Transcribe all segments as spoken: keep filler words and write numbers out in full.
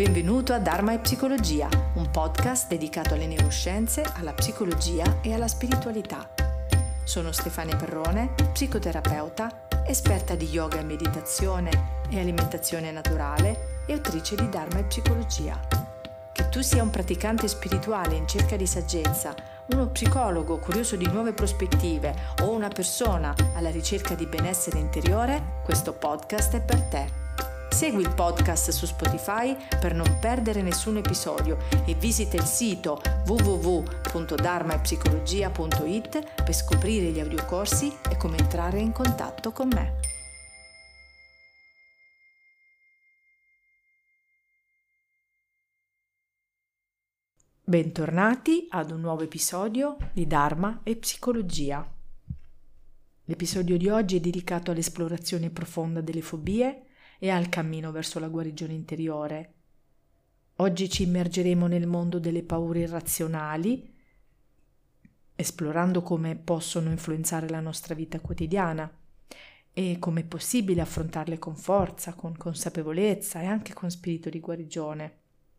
Benvenuto a Dharma e Psicologia, un podcast dedicato alle neuroscienze, alla psicologia e alla spiritualità. Sono Stefania Perrone, psicoterapeuta, esperta di yoga e meditazione e alimentazione naturale e autrice di Dharma e Psicologia. Che tu sia un praticante spirituale in cerca di saggezza, uno psicologo curioso di nuove prospettive o una persona alla ricerca di benessere interiore, questo podcast è per te. Segui il podcast su Spotify per non perdere nessun episodio e visita il sito w w w punto dharma e psicologia punto i t per scoprire gli audiocorsi e come entrare in contatto con me. Bentornati ad un nuovo episodio di Dharma e Psicologia. L'episodio di oggi è dedicato all'esplorazione profonda delle fobie e al cammino verso la guarigione interiore. Oggi ci immergeremo nel mondo delle paure irrazionali, esplorando come possono influenzare la nostra vita quotidiana e come è possibile affrontarle con forza, con consapevolezza e anche con spirito di guarigione.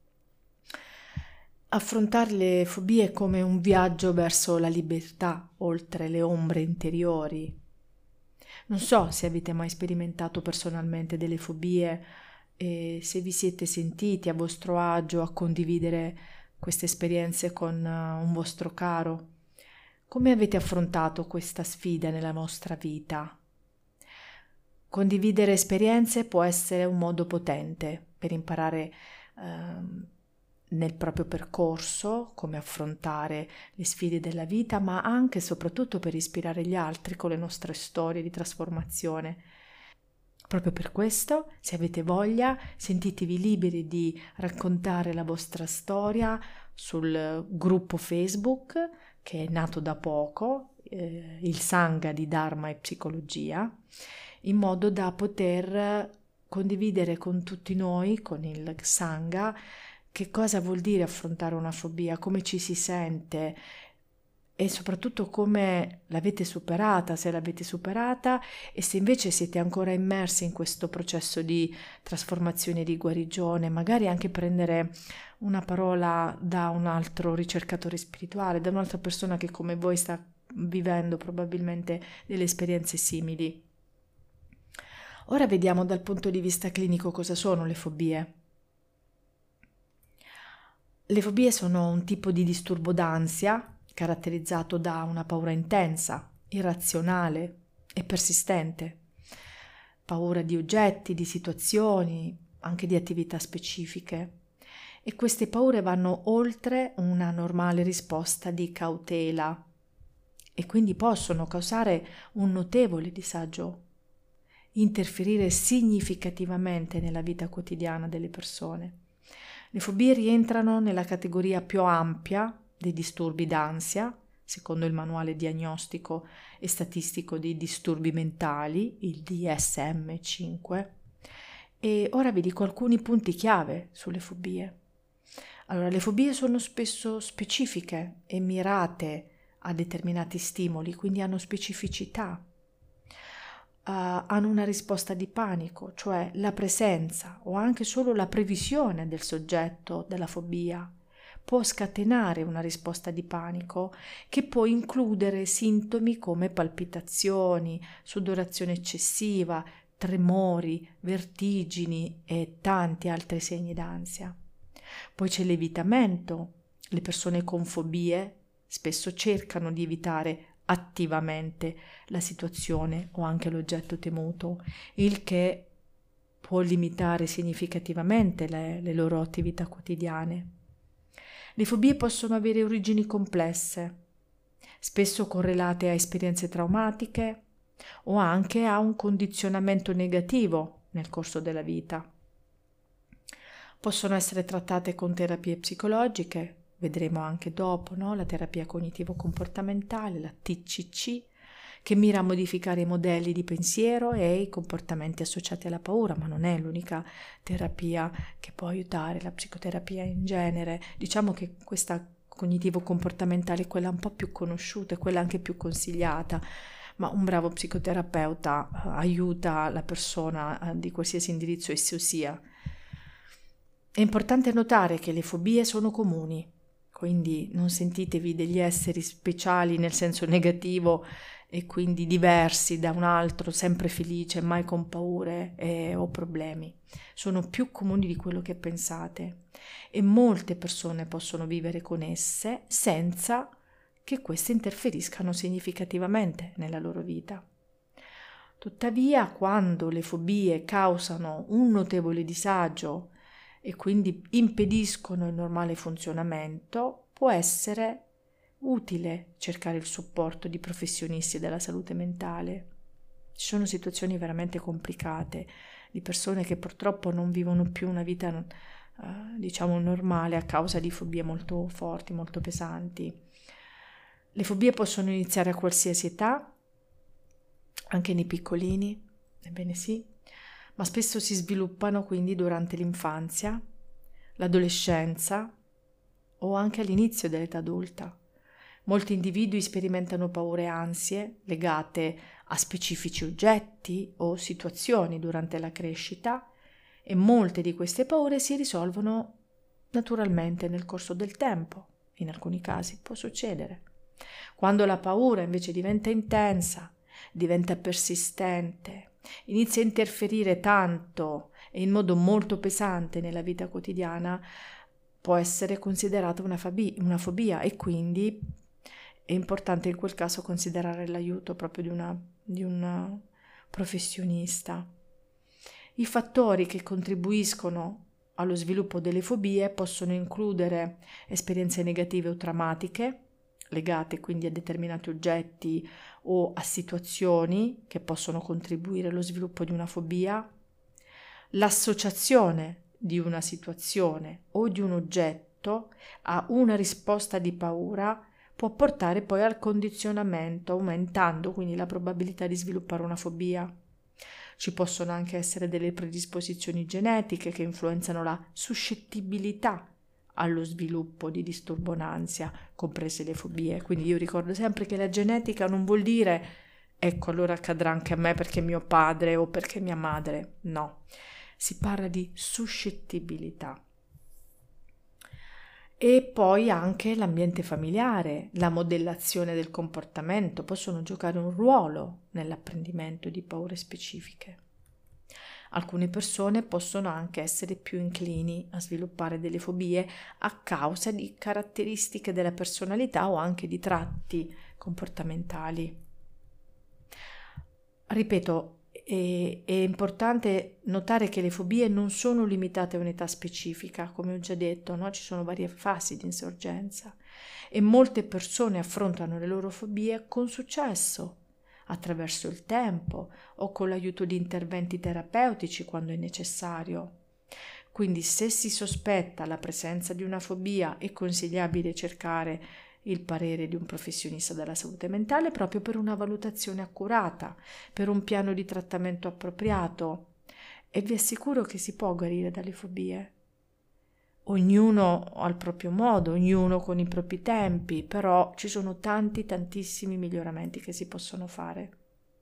Affrontare le fobie come un viaggio verso la libertà, oltre le ombre interiori. Non so se avete mai sperimentato personalmente delle fobie e se vi siete sentiti a vostro agio a condividere queste esperienze con un vostro caro. Come avete affrontato questa sfida nella vostra vita? Condividere esperienze può essere un modo potente per imparare ehm, nel proprio percorso come affrontare le sfide della vita, ma anche e soprattutto per ispirare gli altri con le nostre storie di trasformazione. Proprio per questo, se avete voglia, sentitevi liberi di raccontare la vostra storia sul gruppo Facebook che è nato da poco, eh, il Sangha di Dharma e Psicologia, in modo da poter condividere con tutti noi, con il Sangha, che cosa vuol dire affrontare una fobia, come ci si sente e soprattutto come l'avete superata, se l'avete superata e se invece siete ancora immersi in questo processo di trasformazione, di guarigione, magari anche prendere una parola da un altro ricercatore spirituale, da un'altra persona che come voi sta vivendo probabilmente delle esperienze simili. Ora vediamo dal punto di vista clinico cosa sono le fobie. Le fobie sono un tipo di disturbo d'ansia caratterizzato da una paura intensa, irrazionale e persistente, paura di oggetti, di situazioni, anche di attività specifiche. E queste paure vanno oltre una normale risposta di cautela e quindi possono causare un notevole disagio, interferire significativamente nella vita quotidiana delle persone. Le fobie rientrano nella categoria più ampia dei disturbi d'ansia, secondo il manuale diagnostico e statistico di disturbi mentali, il D S M cinque, e ora vi dico alcuni punti chiave sulle fobie. Allora, le fobie sono spesso specifiche e mirate a determinati stimoli, quindi hanno specificità. Uh, hanno una risposta di panico, cioè la presenza o anche solo la previsione del soggetto della fobia può scatenare una risposta di panico che può includere sintomi come palpitazioni, sudorazione eccessiva, tremori, vertigini e tanti altri segni d'ansia. Poi c'è l'evitamento. Le persone con fobie spesso cercano di evitare attivamente la situazione o anche l'oggetto temuto, il che può limitare significativamente le, le loro attività quotidiane. Le fobie possono avere origini complesse, spesso correlate a esperienze traumatiche o anche a un condizionamento negativo nel corso della vita. Possono essere trattate con terapie psicologiche. Vedremo anche dopo, no? La terapia cognitivo-comportamentale, la T C C, che mira a modificare i modelli di pensiero e i comportamenti associati alla paura, ma non è l'unica terapia che può aiutare, la psicoterapia in genere. Diciamo che questa cognitivo-comportamentale è quella un po' più conosciuta, è quella anche più consigliata, ma un bravo psicoterapeuta uh, aiuta la persona uh, di qualsiasi indirizzo esso sia È importante notare che le fobie sono comuni, quindi non sentitevi degli esseri speciali nel senso negativo e quindi diversi da un altro, sempre felice, mai con paure eh, o problemi. Sono più comuni di quello che pensate e molte persone possono vivere con esse senza che queste interferiscano significativamente nella loro vita. Tuttavia, quando le fobie causano un notevole disagio e quindi impediscono il normale funzionamento, può essere utile cercare il supporto di professionisti della salute mentale. Ci sono situazioni veramente complicate di persone che purtroppo non vivono più una vita eh, diciamo normale a causa di fobie molto forti, molto pesanti. Le fobie possono iniziare a qualsiasi età, anche nei piccolini, ebbene sì, ma spesso si sviluppano quindi durante l'infanzia, l'adolescenza o anche all'inizio dell'età adulta. Molti individui sperimentano paure e ansie legate a specifici oggetti o situazioni durante la crescita e molte di queste paure si risolvono naturalmente nel corso del tempo. In alcuni casi può succedere. Quando la paura invece diventa intensa, diventa persistente, inizia a interferire tanto e in modo molto pesante nella vita quotidiana, può essere considerata una fobia, una fobia e quindi è importante in quel caso considerare l'aiuto proprio di, una, di un professionista. I fattori che contribuiscono allo sviluppo delle fobie possono includere esperienze negative o traumatiche, legate quindi a determinati oggetti o a situazioni che possono contribuire allo sviluppo di una fobia, l'associazione di una situazione o di un oggetto a una risposta di paura può portare poi al condizionamento, aumentando quindi la probabilità di sviluppare una fobia. Ci possono anche essere delle predisposizioni genetiche che influenzano la suscettibilità allo sviluppo di disturbo d'ansia, comprese le fobie. Quindi io ricordo sempre che la genetica non vuol dire ecco allora accadrà anche a me perché mio padre o perché mia madre, no. Si parla di suscettibilità. E poi anche l'ambiente familiare, la modellazione del comportamento possono giocare un ruolo nell'apprendimento di paure specifiche. Alcune persone possono anche essere più inclini a sviluppare delle fobie a causa di caratteristiche della personalità o anche di tratti comportamentali. Ripeto, è, è importante notare che le fobie non sono limitate a un'età specifica, come ho già detto, no? Ci sono varie fasi di insorgenza e molte persone affrontano le loro fobie con successo, attraverso il tempo o con l'aiuto di interventi terapeutici quando è necessario. Quindi se si sospetta la presenza di una fobia è consigliabile cercare il parere di un professionista della salute mentale proprio per una valutazione accurata, per un piano di trattamento appropriato e vi assicuro che si può guarire dalle fobie. Ognuno al proprio modo, ognuno con i propri tempi, però ci sono tanti tantissimi miglioramenti che si possono fare.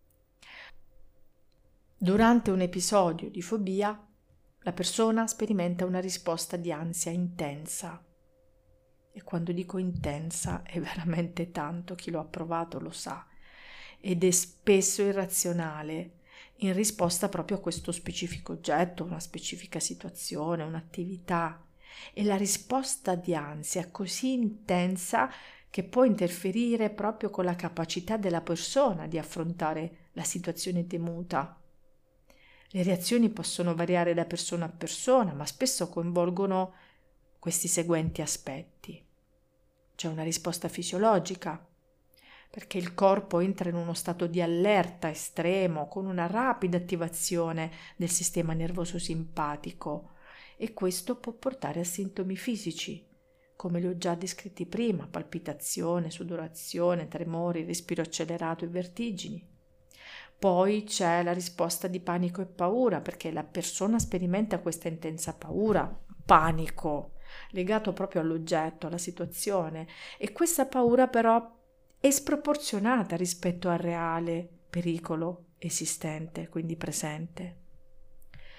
Durante un episodio di fobia, la persona sperimenta una risposta di ansia intensa. E quando dico intensa è veramente tanto, chi lo ha provato lo sa, ed è spesso irrazionale in risposta proprio a questo specifico oggetto, una specifica situazione, un'attività. E la risposta di ansia è così intensa che può interferire proprio con la capacità della persona di affrontare la situazione temuta. Le reazioni possono variare da persona a persona, ma spesso coinvolgono questi seguenti aspetti. C'è una risposta fisiologica, perché il corpo entra in uno stato di allerta estremo con una rapida attivazione del sistema nervoso simpatico e questo può portare a sintomi fisici, come li ho già descritti prima, palpitazione, sudorazione, tremori, respiro accelerato e vertigini. Poi c'è la risposta di panico e paura, perché la persona sperimenta questa intensa paura, panico, legato proprio all'oggetto, alla situazione, e questa paura però è sproporzionata rispetto al reale pericolo esistente, quindi presente.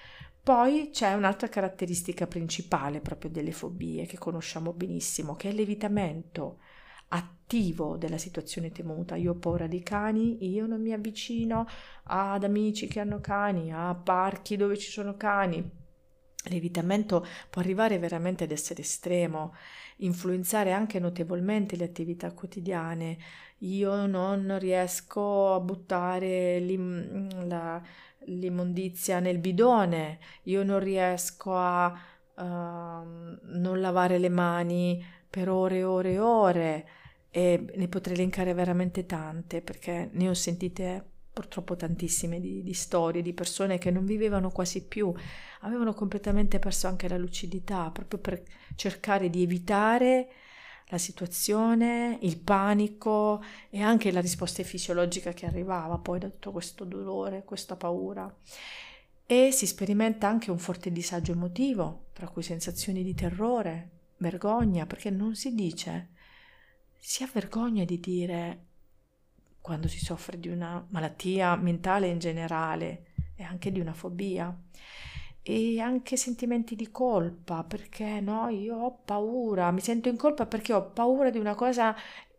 Poi c'è un'altra caratteristica principale proprio delle fobie che conosciamo benissimo, che è l'evitamento attivo della situazione temuta. Io ho paura di cani, io non mi avvicino ad amici che hanno cani, a parchi dove ci sono cani. L'evitamento può arrivare veramente ad essere estremo, influenzare anche notevolmente le attività quotidiane. Io non riesco a buttare l'im- la- l'immondizia nel bidone, io non riesco a ehm, non lavare le mani per ore e ore e ore, e ne potrei elencare veramente tante, perché ne ho sentite purtroppo tantissime di, di storie di persone che non vivevano quasi più, avevano completamente perso anche la lucidità, proprio per cercare di evitare la situazione, il panico e anche la risposta fisiologica che arrivava poi da tutto questo dolore, questa paura. E si sperimenta anche un forte disagio emotivo, tra cui sensazioni di terrore, vergogna, perché non si dice, si ha vergogna di dire quando si soffre di una malattia mentale in generale e anche di una fobia. E anche sentimenti di colpa, perché no, io ho paura, mi sento in colpa perché ho paura di una cosa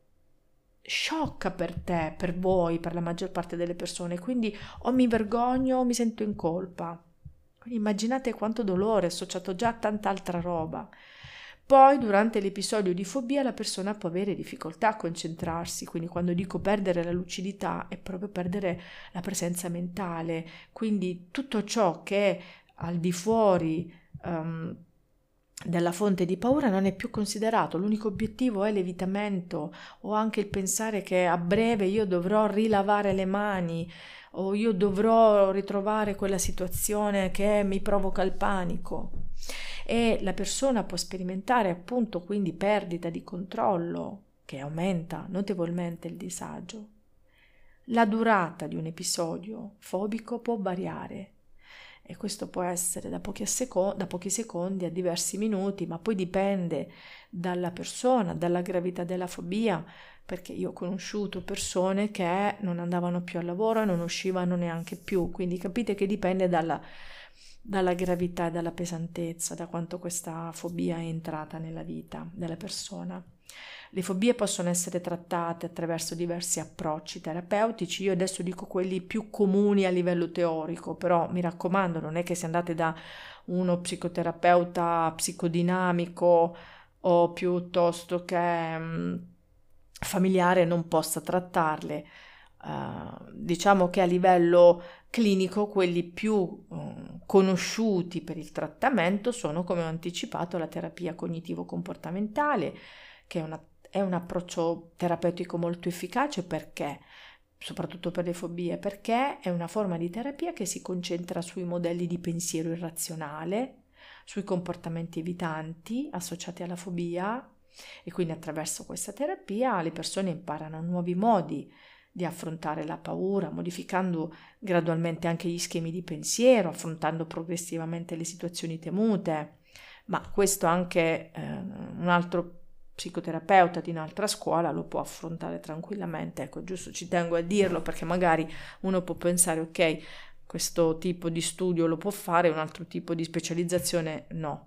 sciocca per te, per voi, per la maggior parte delle persone, quindi o mi vergogno o mi sento in colpa. Quindi immaginate quanto dolore associato già a tanta altra roba. Poi durante l'episodio di fobia la persona può avere difficoltà a concentrarsi, quindi quando dico perdere la lucidità è proprio perdere la presenza mentale, quindi tutto ciò che è al di fuori um, della fonte di paura non è più considerato, l'unico obiettivo è l'evitamento o anche il pensare che a breve io dovrò rilavare le mani o io dovrò ritrovare quella situazione che mi provoca il panico. E la persona può sperimentare appunto quindi perdita di controllo che aumenta notevolmente il disagio. La durata di un episodio fobico può variare e questo può essere da pochi, seco- da pochi secondi a diversi minuti, ma poi dipende dalla persona, dalla gravità della fobia, perché io ho conosciuto persone che non andavano più al lavoro e non uscivano neanche più, quindi capite che dipende dalla, dalla gravità e dalla pesantezza, da quanto questa fobia è entrata nella vita della persona. Le fobie possono essere trattate attraverso diversi approcci terapeutici, io adesso dico quelli più comuni a livello teorico, però mi raccomando, non è che se andate da uno psicoterapeuta psicodinamico o piuttosto che mh, familiare non possa trattarle. Uh, diciamo che a livello clinico quelli più uh, conosciuti per il trattamento sono, come ho anticipato, la terapia cognitivo-comportamentale, che è, una, è un approccio terapeutico molto efficace perché, soprattutto per le fobie, perché è una forma di terapia che si concentra sui modelli di pensiero irrazionale, sui comportamenti evitanti associati alla fobia, e quindi attraverso questa terapia le persone imparano nuovi modi di affrontare la paura, modificando gradualmente anche gli schemi di pensiero, affrontando progressivamente le situazioni temute. Ma questo anche eh, un altro psicoterapeuta di un'altra scuola lo può affrontare tranquillamente. Ecco, giusto, ci tengo a dirlo perché magari uno può pensare, ok, questo tipo di studio lo può fare, un altro tipo di specializzazione no.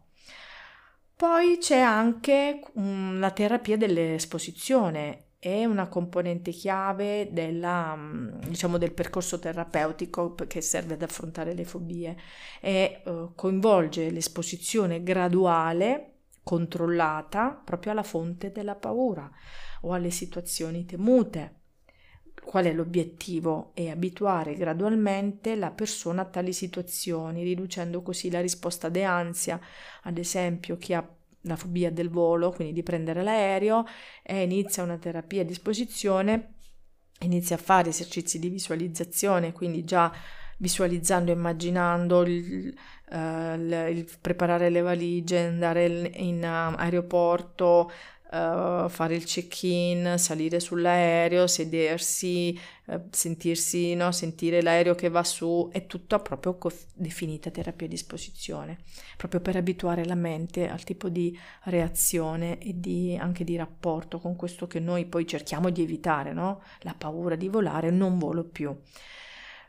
Poi c'è anche um, la terapia dell'esposizione, è una componente chiave della, diciamo, del percorso terapeutico che serve ad affrontare le fobie e uh, coinvolge l'esposizione graduale, controllata, proprio alla fonte della paura o alle situazioni temute. Qual è l'obiettivo? È abituare gradualmente la persona a tali situazioni, riducendo così la risposta de ansia. Ad esempio, chi ha la fobia del volo, quindi di prendere l'aereo, e inizia una terapia di esposizione, inizia a fare esercizi di visualizzazione, quindi già visualizzando, immaginando il, uh, il, il preparare le valigie, andare in uh, aeroporto, Uh, fare il check-in, salire sull'aereo, sedersi, uh, sentirsi, no, sentire l'aereo che va su, è tutta proprio co- definita terapia di esposizione, proprio per abituare la mente al tipo di reazione e di, anche di rapporto con questo che noi poi cerchiamo di evitare, no? La paura di volare, non volo più.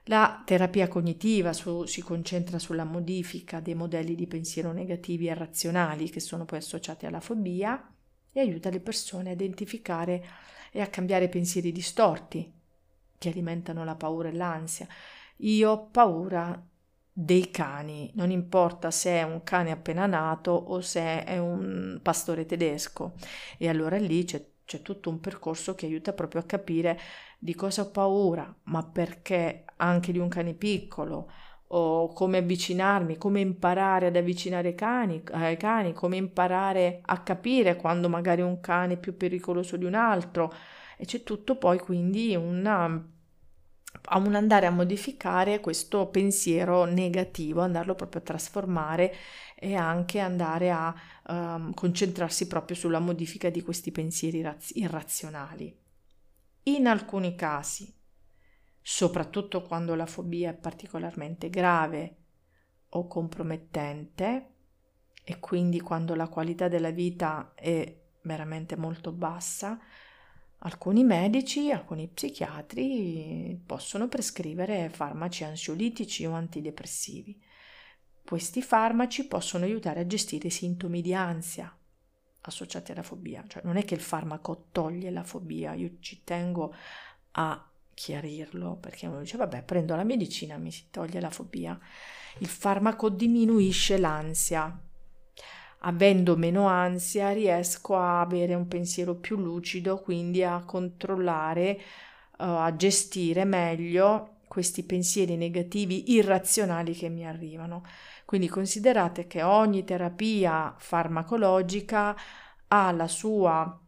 La terapia cognitiva su, si concentra sulla modifica dei modelli di pensiero negativi e razionali che sono poi associati alla fobia e aiuta le persone a identificare e a cambiare pensieri distorti che alimentano la paura e l'ansia. Io ho paura dei cani, non importa se è un cane appena nato o se è un pastore tedesco. E allora lì c'è, c'è tutto un percorso che aiuta proprio a capire di cosa ho paura, ma perché, anche di un cane piccolo, o come avvicinarmi, come imparare ad avvicinare cani, ai cani, come imparare a capire quando magari un cane è più pericoloso di un altro. E c'è tutto poi quindi una, a un andare a modificare questo pensiero negativo, andarlo proprio a trasformare e anche andare a um, concentrarsi proprio sulla modifica di questi pensieri raz- irrazionali. In alcuni casi, soprattutto quando la fobia è particolarmente grave o compromettente e quindi quando la qualità della vita è veramente molto bassa, alcuni medici, alcuni psichiatri possono prescrivere farmaci ansiolitici o antidepressivi. Questi farmaci possono aiutare a gestire i sintomi di ansia associati alla fobia, cioè non è che il farmaco toglie la fobia, io ci tengo a chiarirlo perché uno dice vabbè prendo la medicina mi si toglie la fobia, il farmaco diminuisce l'ansia, avendo meno ansia riesco a avere un pensiero più lucido, quindi a controllare, uh, a gestire meglio questi pensieri negativi irrazionali che mi arrivano. Quindi considerate che ogni terapia farmacologica ha la sua,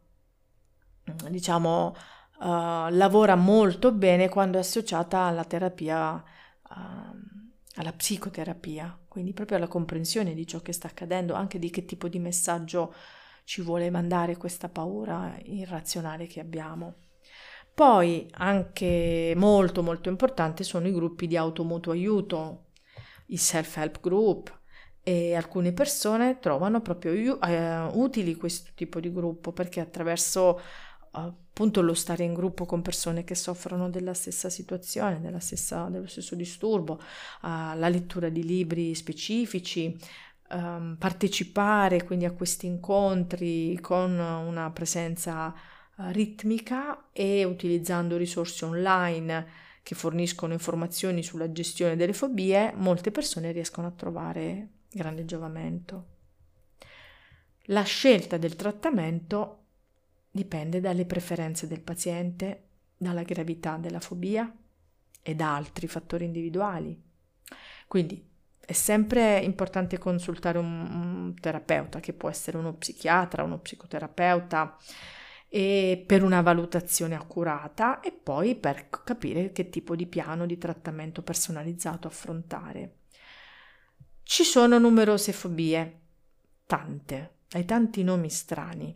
diciamo, uh, lavora molto bene quando è associata alla terapia, uh, alla psicoterapia, quindi proprio alla comprensione di ciò che sta accadendo, anche di che tipo di messaggio ci vuole mandare questa paura irrazionale che abbiamo. Poi anche molto molto importante sono i gruppi di automutuo aiuto, i self-help group, e alcune persone trovano proprio eh, utili questo tipo di gruppo perché attraverso appunto lo stare in gruppo con persone che soffrono della stessa situazione, della stessa, dello stesso disturbo, uh, la lettura di libri specifici, um, partecipare quindi a questi incontri con una presenza uh, ritmica e utilizzando risorse online che forniscono informazioni sulla gestione delle fobie, molte persone riescono a trovare grande giovamento. La scelta del trattamento dipende dalle preferenze del paziente, dalla gravità della fobia e da altri fattori individuali. Quindi è sempre importante consultare un, un terapeuta, che può essere uno psichiatra, uno psicoterapeuta, e per una valutazione accurata e poi per capire che tipo di piano di trattamento personalizzato affrontare. Ci sono numerose fobie, tante, hai tanti nomi strani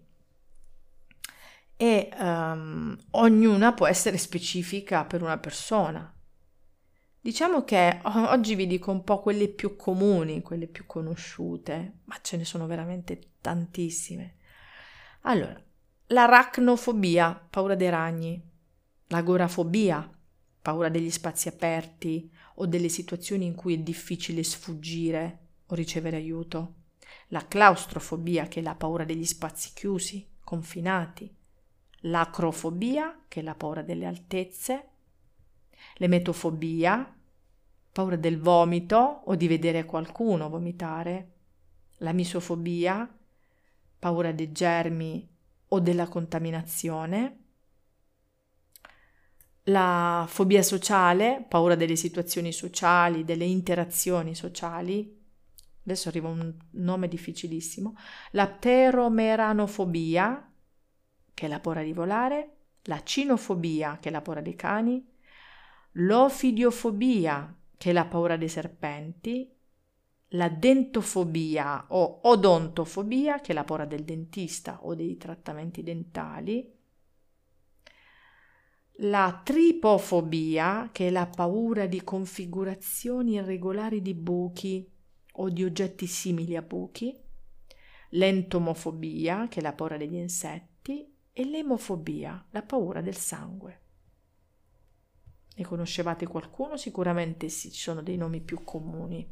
e um, ognuna può essere specifica per una persona. Diciamo che oggi vi dico un po' quelle più comuni, quelle più conosciute, ma ce ne sono veramente tantissime. Allora, l'aracnofobia, paura dei ragni, l'agorafobia, paura degli spazi aperti o delle situazioni in cui è difficile sfuggire o ricevere aiuto, la claustrofobia, che è la paura degli spazi chiusi, confinati, l'acrofobia, che è la paura delle altezze, l'emetofobia, paura del vomito o di vedere qualcuno vomitare, la misofobia, paura dei germi o della contaminazione, la fobia sociale, paura delle situazioni sociali, delle interazioni sociali, adesso arriva un nome difficilissimo, la pteromeranofobia, che è la paura di volare, la cinofobia, che è la paura dei cani, l'ofidiofobia, che è la paura dei serpenti, la dentofobia o odontofobia, che è la paura del dentista o dei trattamenti dentali, la tripofobia, che è la paura di configurazioni irregolari di buchi o di oggetti simili a buchi, l'entomofobia, che è la paura degli insetti, e l'emofobia, la paura del sangue. Ne conoscevate qualcuno? Sicuramente sì, ci sono dei nomi più comuni.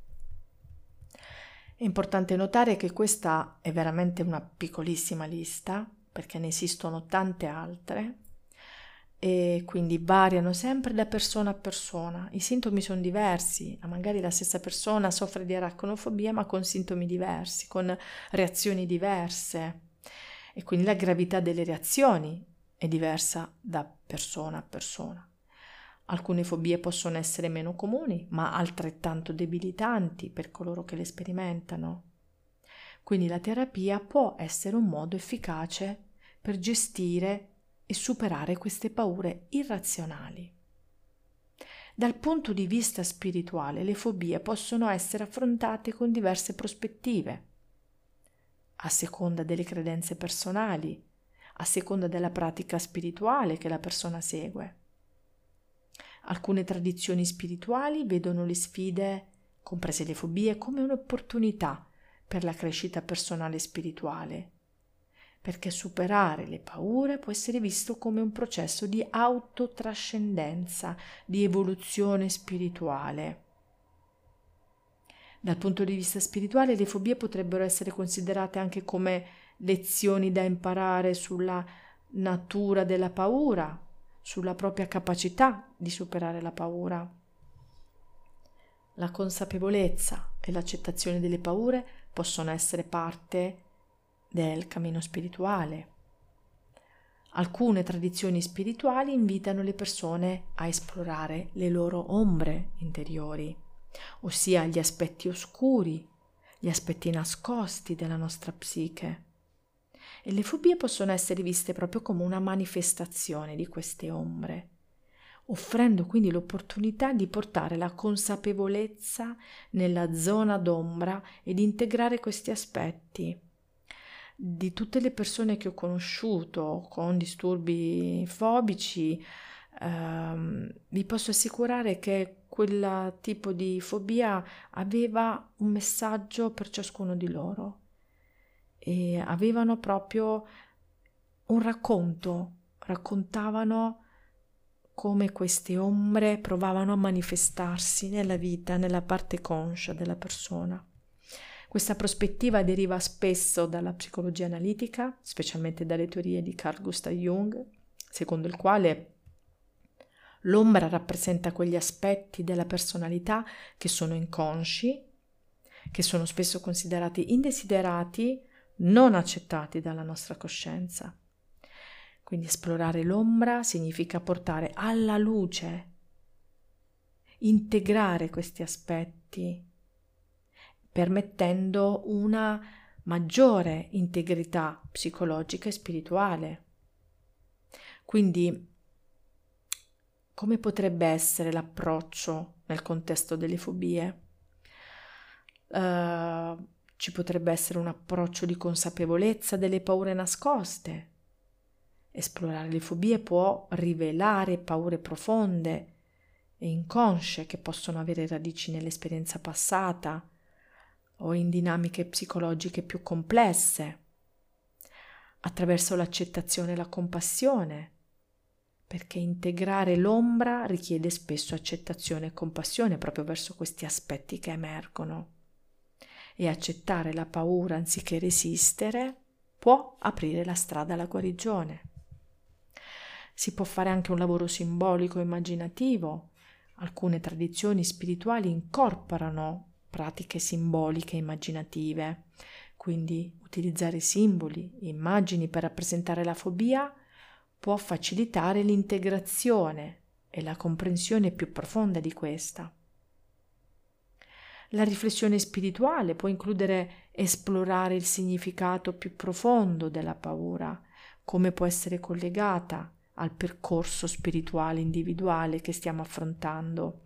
È importante notare che questa è veramente una piccolissima lista, perché ne esistono tante altre e quindi variano sempre da persona a persona. I sintomi sono diversi, magari la stessa persona soffre di arachnofobia ma con sintomi diversi, con reazioni diverse e quindi la gravità delle reazioni è diversa da persona a persona. Alcune fobie possono essere meno comuni, ma altrettanto debilitanti per coloro che le sperimentano. Quindi la terapia può essere un modo efficace per gestire e superare queste paure irrazionali. Dal punto di vista spirituale, le fobie possono essere affrontate con diverse prospettive, a seconda delle credenze personali, a seconda della pratica spirituale che la persona segue. Alcune tradizioni spirituali vedono le sfide, comprese le fobie, come un'opportunità per la crescita personale e spirituale, perché superare le paure può essere visto come un processo di autotrascendenza, di evoluzione spirituale. Dal punto di vista spirituale, le fobie potrebbero essere considerate anche come lezioni da imparare sulla natura della paura, sulla propria capacità di superare la paura. La consapevolezza e l'accettazione delle paure possono essere parte del cammino spirituale. Alcune tradizioni spirituali invitano le persone a esplorare le loro ombre interiori, ossia gli aspetti oscuri, gli aspetti nascosti della nostra psiche. E le fobie possono essere viste proprio come una manifestazione di queste ombre, offrendo quindi l'opportunità di portare la consapevolezza nella zona d'ombra e di integrare questi aspetti. Di tutte le persone che ho conosciuto con disturbi fobici, ehm, vi posso assicurare che quel tipo di fobia aveva un messaggio per ciascuno di loro e avevano proprio un racconto, raccontavano come queste ombre provavano a manifestarsi nella vita, nella parte conscia della persona. Questa prospettiva deriva spesso dalla psicologia analitica, specialmente dalle teorie di Carl Gustav Jung, secondo il quale l'ombra rappresenta quegli aspetti della personalità che sono inconsci, che sono spesso considerati indesiderati, non accettati dalla nostra coscienza. Quindi esplorare l'ombra significa portare alla luce, integrare questi aspetti, permettendo una maggiore integrità psicologica e spirituale. Quindi, come potrebbe essere l'approccio nel contesto delle fobie? Uh, ci potrebbe essere un approccio di consapevolezza delle paure nascoste. Esplorare le fobie può rivelare paure profonde e inconsce che possono avere radici nell'esperienza passata o in dinamiche psicologiche più complesse, attraverso l'accettazione e la compassione, perché integrare l'ombra richiede spesso accettazione e compassione proprio verso questi aspetti che emergono, e accettare la paura anziché resistere può aprire la strada alla guarigione. Si può fare anche un lavoro simbolico e immaginativo. Alcune tradizioni spirituali incorporano pratiche simboliche e immaginative, quindi utilizzare simboli, immagini per rappresentare la fobia può facilitare l'integrazione e la comprensione più profonda di questa. La riflessione spirituale può includere esplorare il significato più profondo della paura, come può essere collegata al percorso spirituale individuale che stiamo affrontando.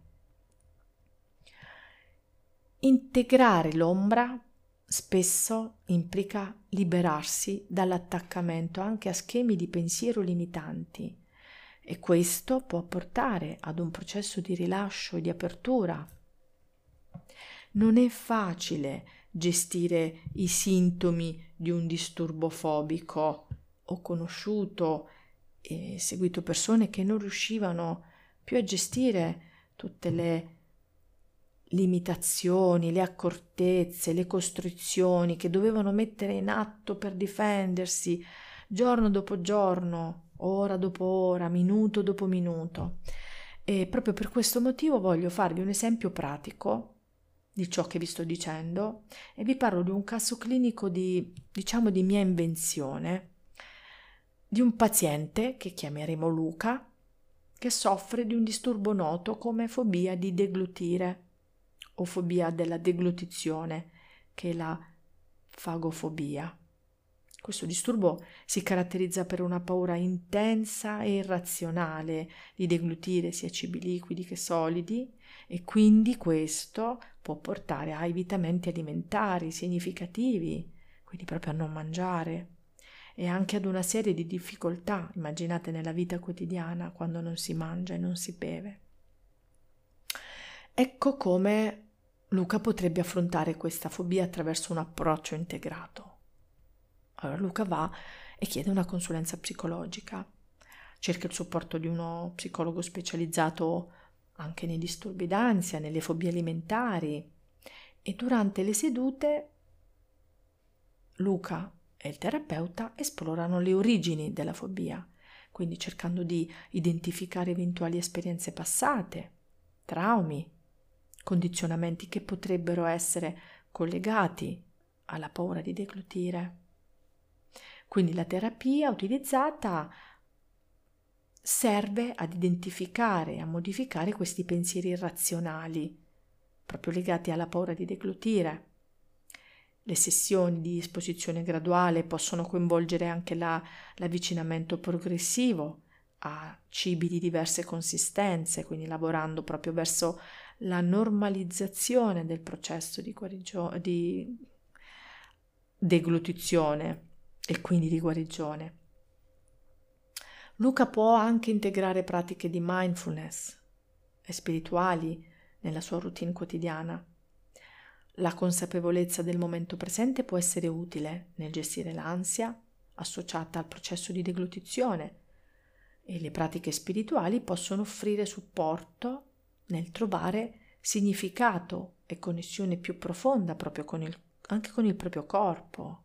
Integrare l'ombra spesso implica liberarsi dall'attaccamento anche a schemi di pensiero limitanti, e questo può portare ad un processo di rilascio e di apertura. Non è facile gestire i sintomi di un disturbo fobico. Ho conosciuto e seguito persone che non riuscivano più a gestire tutte le limitazioni, le accortezze, le costrizioni che dovevano mettere in atto per difendersi giorno dopo giorno, ora dopo ora, minuto dopo minuto. E proprio per questo motivo voglio farvi un esempio pratico di ciò che vi sto dicendo e vi parlo di un caso clinico di, diciamo, di mia invenzione, di un paziente che chiameremo Luca, che soffre di un disturbo noto come fobia di deglutire o fobia della deglutizione, che è la fagofobia. Questo disturbo si caratterizza per una paura intensa e irrazionale di deglutire sia cibi liquidi che solidi, e quindi questo può portare a evitamenti alimentari significativi, quindi proprio a non mangiare, e anche ad una serie di difficoltà immaginate nella vita quotidiana quando non si mangia e non si beve. Ecco come Luca potrebbe affrontare questa fobia attraverso un approccio integrato. Allora Luca va e chiede una consulenza psicologica, cerca il supporto di uno psicologo specializzato anche nei disturbi d'ansia, nelle fobie alimentari, e durante le sedute Luca e il terapeuta esplorano le origini della fobia, quindi cercando di identificare eventuali esperienze passate, traumi, condizionamenti che potrebbero essere collegati alla paura di deglutire. Quindi la terapia utilizzata serve ad identificare e a modificare questi pensieri irrazionali, proprio legati alla paura di deglutire. Le sessioni di esposizione graduale possono coinvolgere anche la, l'avvicinamento progressivo a cibi di diverse consistenze, quindi lavorando proprio verso la normalizzazione del processo di, guarigio- di deglutizione e quindi di guarigione. Luca può anche integrare pratiche di mindfulness e spirituali nella sua routine quotidiana. La consapevolezza del momento presente può essere utile nel gestire l'ansia associata al processo di deglutizione, e le pratiche spirituali possono offrire supporto nel trovare significato e connessione più profonda proprio con il, anche con il proprio corpo.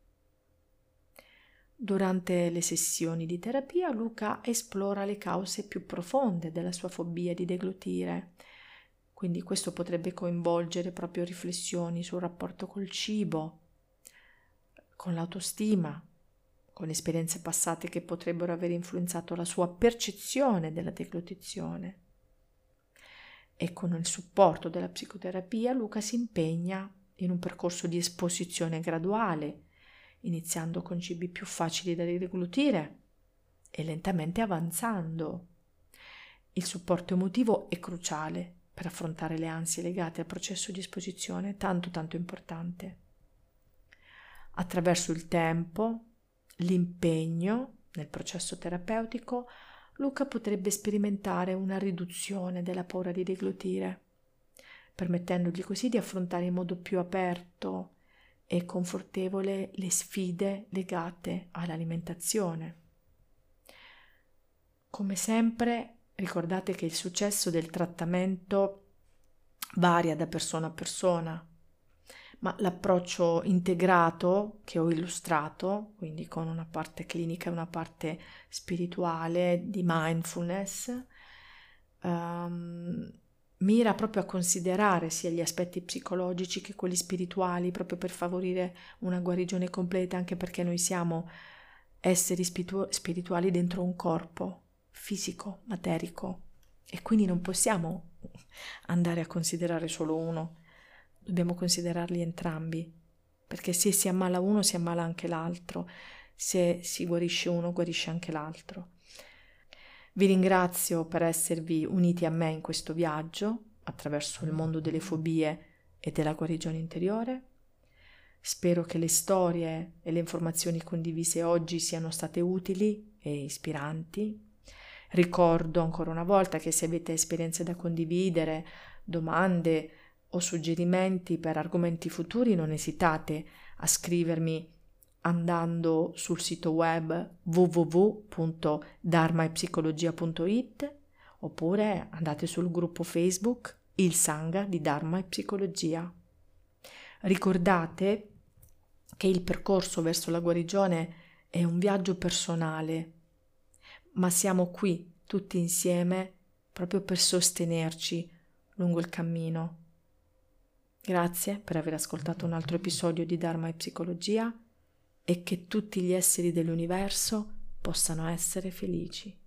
Durante le sessioni di terapia Luca esplora le cause più profonde della sua fobia di deglutire. Quindi questo potrebbe coinvolgere proprio riflessioni sul rapporto col cibo, con l'autostima, con esperienze passate che potrebbero aver influenzato la sua percezione della deglutizione. E con il supporto della psicoterapia Luca si impegna in un percorso di esposizione graduale, iniziando con cibi più facili da deglutire e lentamente avanzando. Il supporto emotivo è cruciale per affrontare le ansie legate al processo di esposizione, tanto tanto importante. Attraverso il tempo, l'impegno nel processo terapeutico, Luca potrebbe sperimentare una riduzione della paura di deglutire, permettendogli così di affrontare in modo più aperto e confortevole le sfide legate all'alimentazione. Come sempre, ricordate che il successo del trattamento varia da persona a persona, ma l'approccio integrato che ho illustrato, quindi con una parte clinica e una parte spirituale di mindfulness, um, mira proprio a considerare sia gli aspetti psicologici che quelli spirituali, proprio per favorire una guarigione completa, anche perché noi siamo esseri spiritu- spirituali dentro un corpo fisico, materico, e quindi non possiamo andare a considerare solo uno, dobbiamo considerarli entrambi, perché se si ammala uno si ammala anche l'altro, se si guarisce uno guarisce anche l'altro. Vi ringrazio per esservi uniti a me in questo viaggio attraverso il mondo delle fobie e della guarigione interiore. Spero che le storie e le informazioni condivise oggi siano state utili e ispiranti. Ricordo ancora una volta che se avete esperienze da condividere, domande o suggerimenti per argomenti futuri, non esitate a scrivermi andando sul sito web w w w punto dharma e psicologia punto it oppure andate sul gruppo Facebook Il Sangha di Dharma e Psicologia. Ricordate che il percorso verso la guarigione è un viaggio personale, ma siamo qui tutti insieme proprio per sostenerci lungo il cammino. Grazie per aver ascoltato un altro episodio di Dharma e Psicologia e che tutti gli esseri dell'universo possano essere felici.